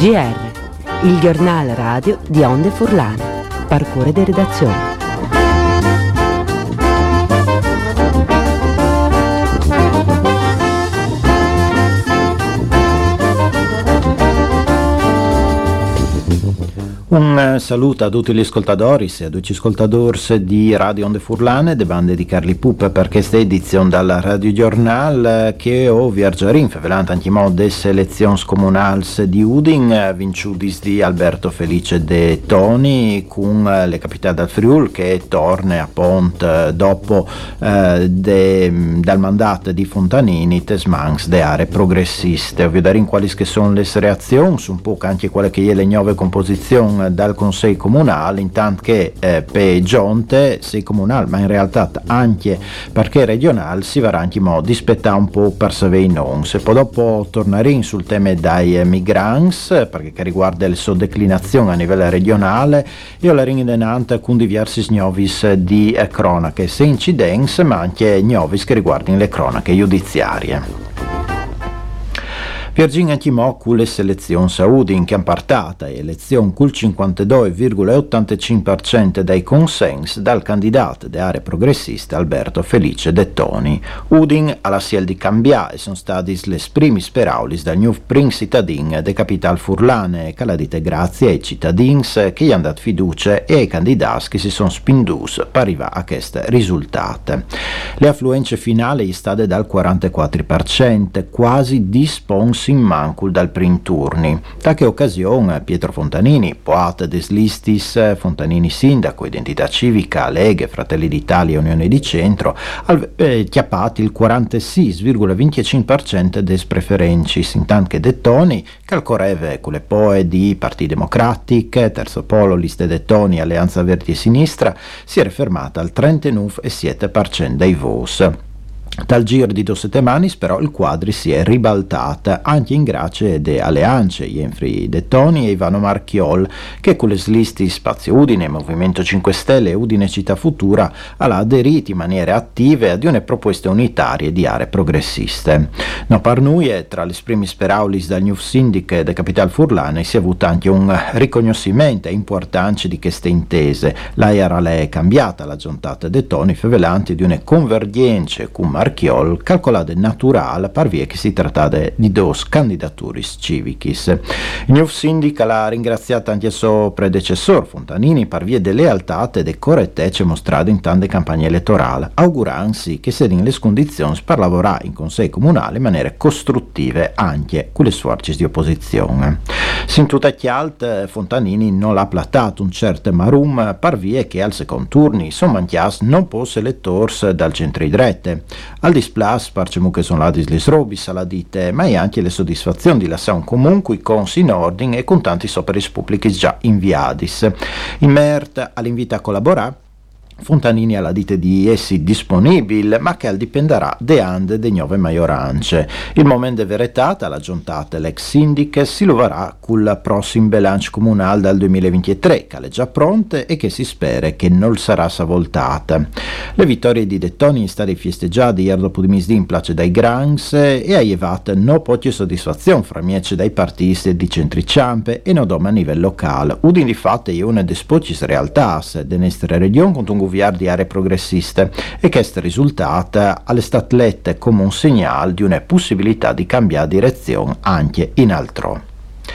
GR, il giornale radio di Onde Furlane. Parcure di redazione. Un saluto a tutti gli ascoltatori e a tutti gli ascoltatori di Radio Onde Furlane, de bande di Carli Pup per questa edizione dalla Radio Giornal che ho viaggiarin favelante anche de selezioni comunali di Udin, vinciudis di Alberto Felice de Toni con le capitali del Friul che torna a Pont dopo dal mandato di Fontanini tesmans de aree progressiste. Ovvio darin quali che sono le reazioni, un po' anche quelle che è le nuove composizioni dal Consiglio Comunale, intanto che per Gionte, sei comunale, ma in realtà anche perché regionale, si va anche in modo di aspettare un po' per sapere non. Se poi dopo tornare sul tema dei migranti, perché che riguarda le sue declinazioni a livello regionale, io la ringo denante con diversi novis di cronache, sia incidenti, ma anche novis che riguardano le cronache giudiziarie. Virginia Chimò con le selezioni a Udin che hanno partata elezione col 52,85% dei consens dal candidato di area progressista Alberto Felice de Toni. Udin alla siel di Cambià e sono stati le primi speraulis dal new prince cittadin de capital furlane che la dite grazie ai cittadini che gli hanno dato fiducia e ai candidati che si sono spindus per arrivare a questo risultato. Le affluenze finali sono state dal 44%, quasi dispons in mancul dal prim turni. Da che occasione Pietro Fontanini, poeta des listis, Fontanini sindaco, identità civica, Leghe, Fratelli d'Italia e Unione di Centro, chiappati il 46,25% des preferencis, intanto che De Toni, calcoreve con le poe di Partito Democratic, Terzo Polo, liste De Toni, Alleanza Verdi e Sinistra, si era fermata al 39,7% dei voti. Dal giro di 2 settimane però il quadri si è ribaltata anche in grazie de alleanze Jenfri De Toni e Ivano Marchiol che con le listi Spazio Udine, Movimento 5 Stelle e Udine Città Futura hanno aderito in maniere attive ad una proposte unitarie di aree progressiste. No par noi tra le primi speraulis dal New Syndic de Capital Furlane si è avuto anche un riconoscimento importante di queste intese. La era è cambiata la giuntata De Toni fevelante di una convergenza con Marchiol calcolate naturale per via che si tratta di due candidaturis civicis. Il New Syndic l'ha ringraziata anche il suo predecessore Fontanini per via delle lealtà e delle correttezze mostrate in tante campagne elettorali, auguransi che se in le condizioni per lavorare in Consiglio Comunale in maniera costruttive anche con le sforzi di opposizione. Sin tutta chialt Fontanini non l'ha plattato un certo marum per via che al secondo turni sono manchias non posse elettors dal centro-drette. Al displas parcemu che sono ladis les robis alla dite, ma è anche le soddisfazioni di lasciare comunque i consi in ordine e con tanti soperis pubblici già inviadis. In Mert all'invito a collaborare Fontanini alla dite di essi disponibile, ma che dipenderà de ande de nuove maggioranze. Il momento veretata, la giuntata l'ex sindic si loverà col prossimo bilancio comunale dal 2023, che è già pronte e che si spera che non sarà savoltata. Le vittorie di De Toni in stati festeggiati ieri dopo di misdì in place dai Grans e ha llevato no poche soddisfazioni fra miece dai partisti di centriciampe e no doma a livello locale. Udin di fatto è una des pocis realtas de nostra regione con un governo di aree progressiste e che è risultata alle state lette come un segnale di una possibilità di cambiare direzione anche in altro.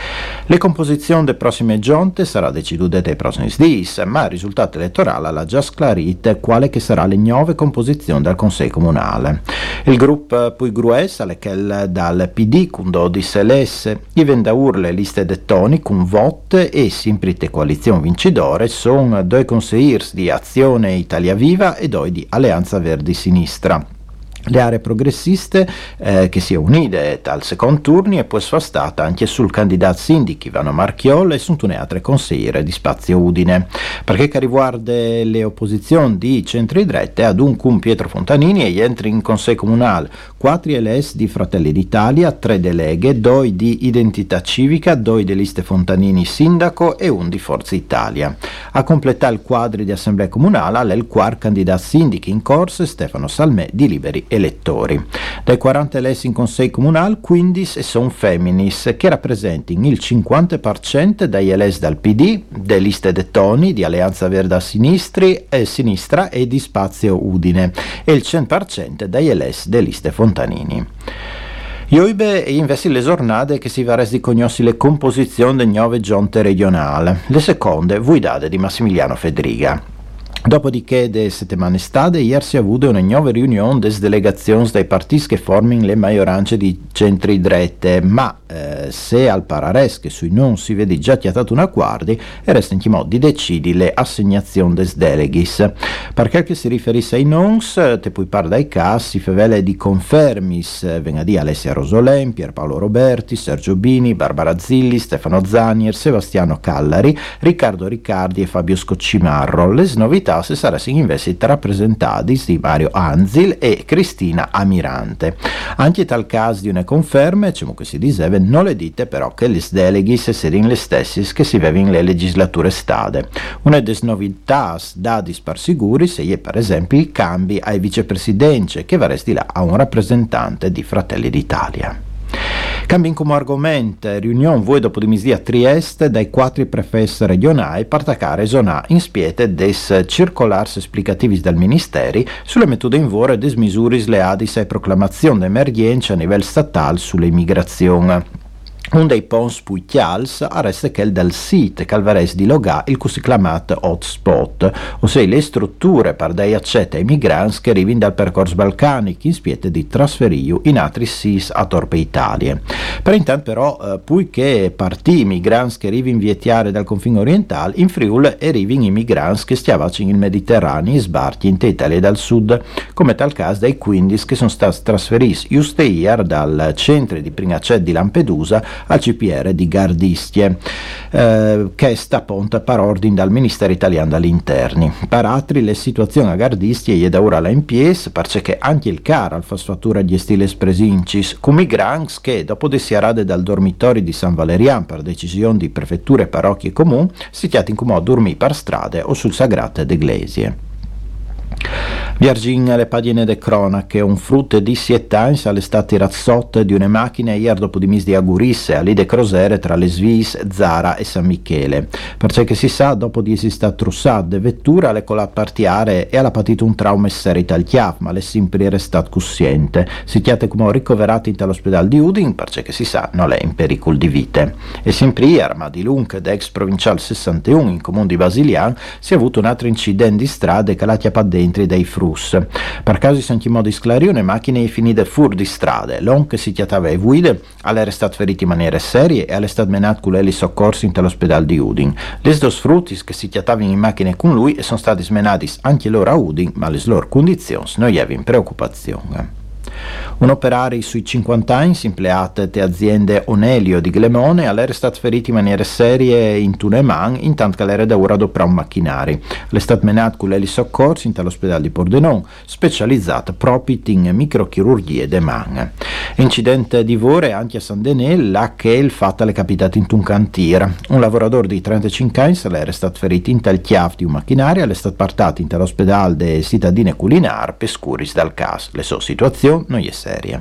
Le composizioni delle prossime giunte sarà deciduta dai prossimi giorni, ma il risultato elettorale ha già sclarito quale che sarà le nuove composizioni del Consiglio Comunale. Il gruppo poi grues, che dal PD con 12 LS, diventa le liste de Toni con vote e simprite coalizione vincitore sono 2 consiglieri di Azione Italia Viva e 2 di Alleanza Verdi Sinistra. Le aree progressiste che si è unite al secondo turno e poi sfastata anche sul candidato sindaco Ivano Marchiol e su altre consigliere di Spazio Udine. Perché che riguarda le opposizioni di centro-drette ad un con Pietro Fontanini e entri in Consiglio Comunale 4 LS di Fratelli d'Italia, 3 deleghe, 2 di Identità Civica, 2 di liste Fontanini sindaco e 1 di Forza Italia. A completare il quadro di Assemblea Comunale è il quarto candidato sindaco in corso Stefano Salmè di Liberi e elettori. Dai 40 elessi in Consiglio Comunale, 15 sono femminis, che rappresentano il 50% dagli elessi dal PD, delle liste de Toni, di Alleanza Verdi a Sinistra e di Spazio Udine, e il 100% dagli elessi delle liste Fontanini. Ioibe e investi le giornate che si va di cognossi le composizioni delle nuove giunte regionali, le seconde guidate di Massimiliano Fedriga. Dopodiché, de settimane stade, ieri si è avuta una nuova riunione des delegazioni dai partiti che formano le maggioranze di centri drette, ma se al parares che sui non si vede già chiatato un accordo, e resta in modo di decidere le assegnazioni des deleghis. Per quel che si riferisse ai nons, te puoi parlare dai casi, si fevele di confermis, venga di Alessia Rosolem, Pierpaolo Roberti, Sergio Bini, Barbara Zilli, Stefano Zanier, Sebastiano Callari, Riccardo Riccardi e Fabio Scoccimarro. Le novità se saranno invece rappresentati di Mario Anzil e Cristina Amirante. Anche tal caso di una conferma, come si diceva, non le dite però che le deleghi saranno le stesse che si vedono in le legislature stade. Una delle novità dati per sicuri è per esempio il cambio ai vicepresidenze, che va resti là a un rappresentante di Fratelli d'Italia. Cambia come argomento, riunione voi dopo di misdia a Trieste dai 4 prefessi regionali per attaccare zona in spiete des circolars esplicativi dal Ministeri sulle metode in vore des misure leadis ai proclamazioni d'emergenza a livello statale sulle immigrazioni. Un dei pons puicchials arresta che del sito calvares di Logà il così chiamato hotspot, ossia le strutture per dei accetta ai migranti che arrivano dal percorso balcanico in spiete di trasferire in altri SIS a Torpe Italia. Per intanto però, poiché partì i migranti che arrivano viettiare dal confine orientale, in Friuli arrivano i migranti che stiavano il Mediterraneo e sbarchi in Italia dal sud, come tal caso dei 15 che sono stati trasferiti giusto ieri dal centro di Prinacet di Lampedusa al CPR di Gardistie, che sta ponta per ordine dal Ministero Italiano dell'Interni. Per altri le situazioni a Gardistie è da ora in pies, perché anche il CAR al fasfattura di Estiles Presincis, con migranti che dopo di siarade dal dormitorio di San Valerian per decisione di prefetture, parrocchie e comuni, si chiati in comò a dormire per strade o sul sagrate d'eglesie. Viargin le pagine de cronache, un frutto di 7 anni all'estate razzotte di una macchina ieri dopo di mis di Agurisse a Lide Crosere tra le Svis, Zara e San Michele. Perché si sa, dopo di esistere trussate de vettura, le cola partiare e alla patito un trauma serio al chiaf, ma le sempre restat cussiente. Si chiate come ricoverati all'ospedale di Udin, perché si sa, non è in pericolo di vite. E sempre ieri, ma di Lunk, ex provinciale 61 in comune di Basilian, si è avuto un altro incidente di strade che la chiappa dentro dei frus. Per caso si anche di sclarione macchine finite fur di strade, l'on che si chiatava e guide alle state feriti in maniera serie e alle state menate con lei soccorsi all'ospedale di Udin. Le dos frutis che si chiatavano in macchine con lui e sono stati smenati anche loro a Udin, ma le loro condizioni non gli avevano preoccupazione. Un operario sui 50 anni, impleate te aziende Onelio di Glemone, all'era stato ferito in maniera serie in Tuneman, intanto che l'era da ora adopera un macchinari. L'è stato menato con l'eli soccorsi all'ospedale di Pordenone, specializzata proprio in microchirurgie de man. Incidente di vore anche a San Denel, là che il fatto è capitato in un cantiere. Un lavoratore di 35 anni l'era stato ferito in tal chiave di un macchinario, è stato portato in all'ospedale de cittadine culinar per scuris dal caso. Le sue situazioni non è seria.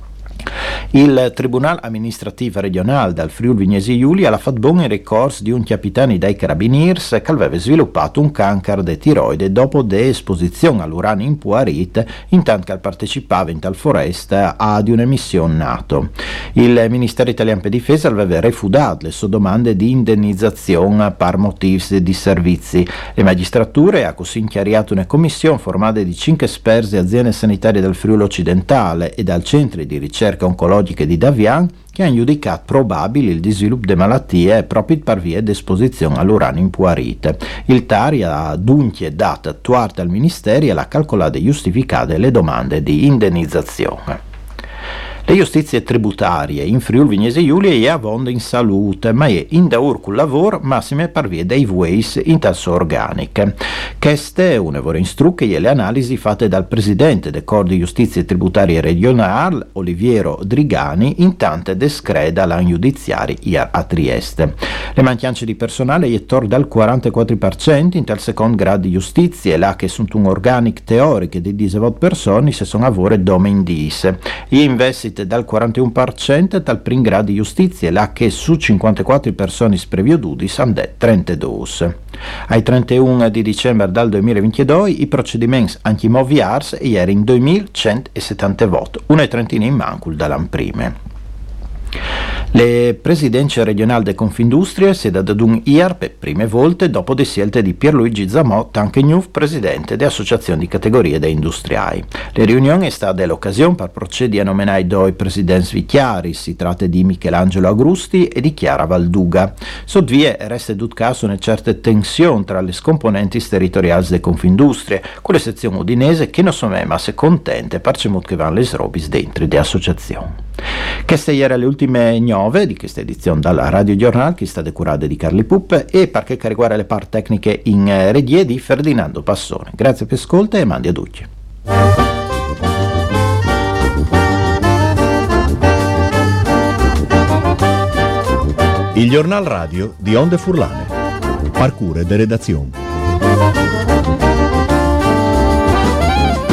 Il Tribunale Amministrativo Regionale del Friuli Vignesi Giulia ha fatto buon il ricorso di un capitano dei Carabiniers che aveva sviluppato un cancro de tiroide dopo l'esposizione all'uranio impuarite intanto che partecipava in tal foresta ad una missione NATO. Il Ministero Italiano per Difesa aveva refudato le sue domande di indennizzazione per motivi di servizi. Le magistrature ha così inchiariato una commissione formata di 5 esperti di aziende sanitarie del Friuli Occidentale e dal centro di ricerca oncologiche di Davian che hanno giudicato probabile il sviluppo di malattie proprio per via di esposizione all'uranio impuarite. Il TARI ha dunque dato attuata al Ministero e l'ha calcolata e giustificata le domande di indennizzazione. Le giustizie tributarie in Friuli Venezia Giulia è avonda in salute, ma è in daur col lavoro massime parvie dei ways in tasso organiche. Queste una vorrei instrucche e le analisi fatte dal presidente del Corpo di Giustizie Tributarie Regionale, Oliviero Drigani, in tante descreda l'an giudiziari a Trieste. Le mancanze di personale è tor dal 44% in tal secondo grado di giustizia, là che sunt un organic teoriche di 18 persone se sono a vore dome in dise. E investite dal 41% dal prim grado di giustizia, là che su 54 persone spreviodudi sandè 32. Ai 31 di dicembre dal 2022 i procedimenti antimoviars erano in 2170 voti, una trentina in mancul dall'an prime. Le presidenze regionali di Confindustria si dà ad un IAR per prime volte dopo le scelte di Pierluigi Zamot, anche new presidente delle associazioni di categorie dei industriali. Le riunioni è stata l'occasione per procedere a nominare due presidenti vichiari, si tratta di Michelangelo Agrusti e di Chiara Valduga. Sottvie resta in caso una certa tensione tra le scomponenti territoriali di Confindustria, con le sezioni udinese che non sono mai masse contente per cemut che vanno le srobis dentro le associazioni. Queste erano le ultime 9 di questa edizione dalla Radio Giornale, che sta curata di Carli Puppe e per che riguarda le parti tecniche in regie di Ferdinando Passone. Grazie per ascolto e mandi a tutti. Il Giornal Radio di Onde Furlane. Parcure de redazione.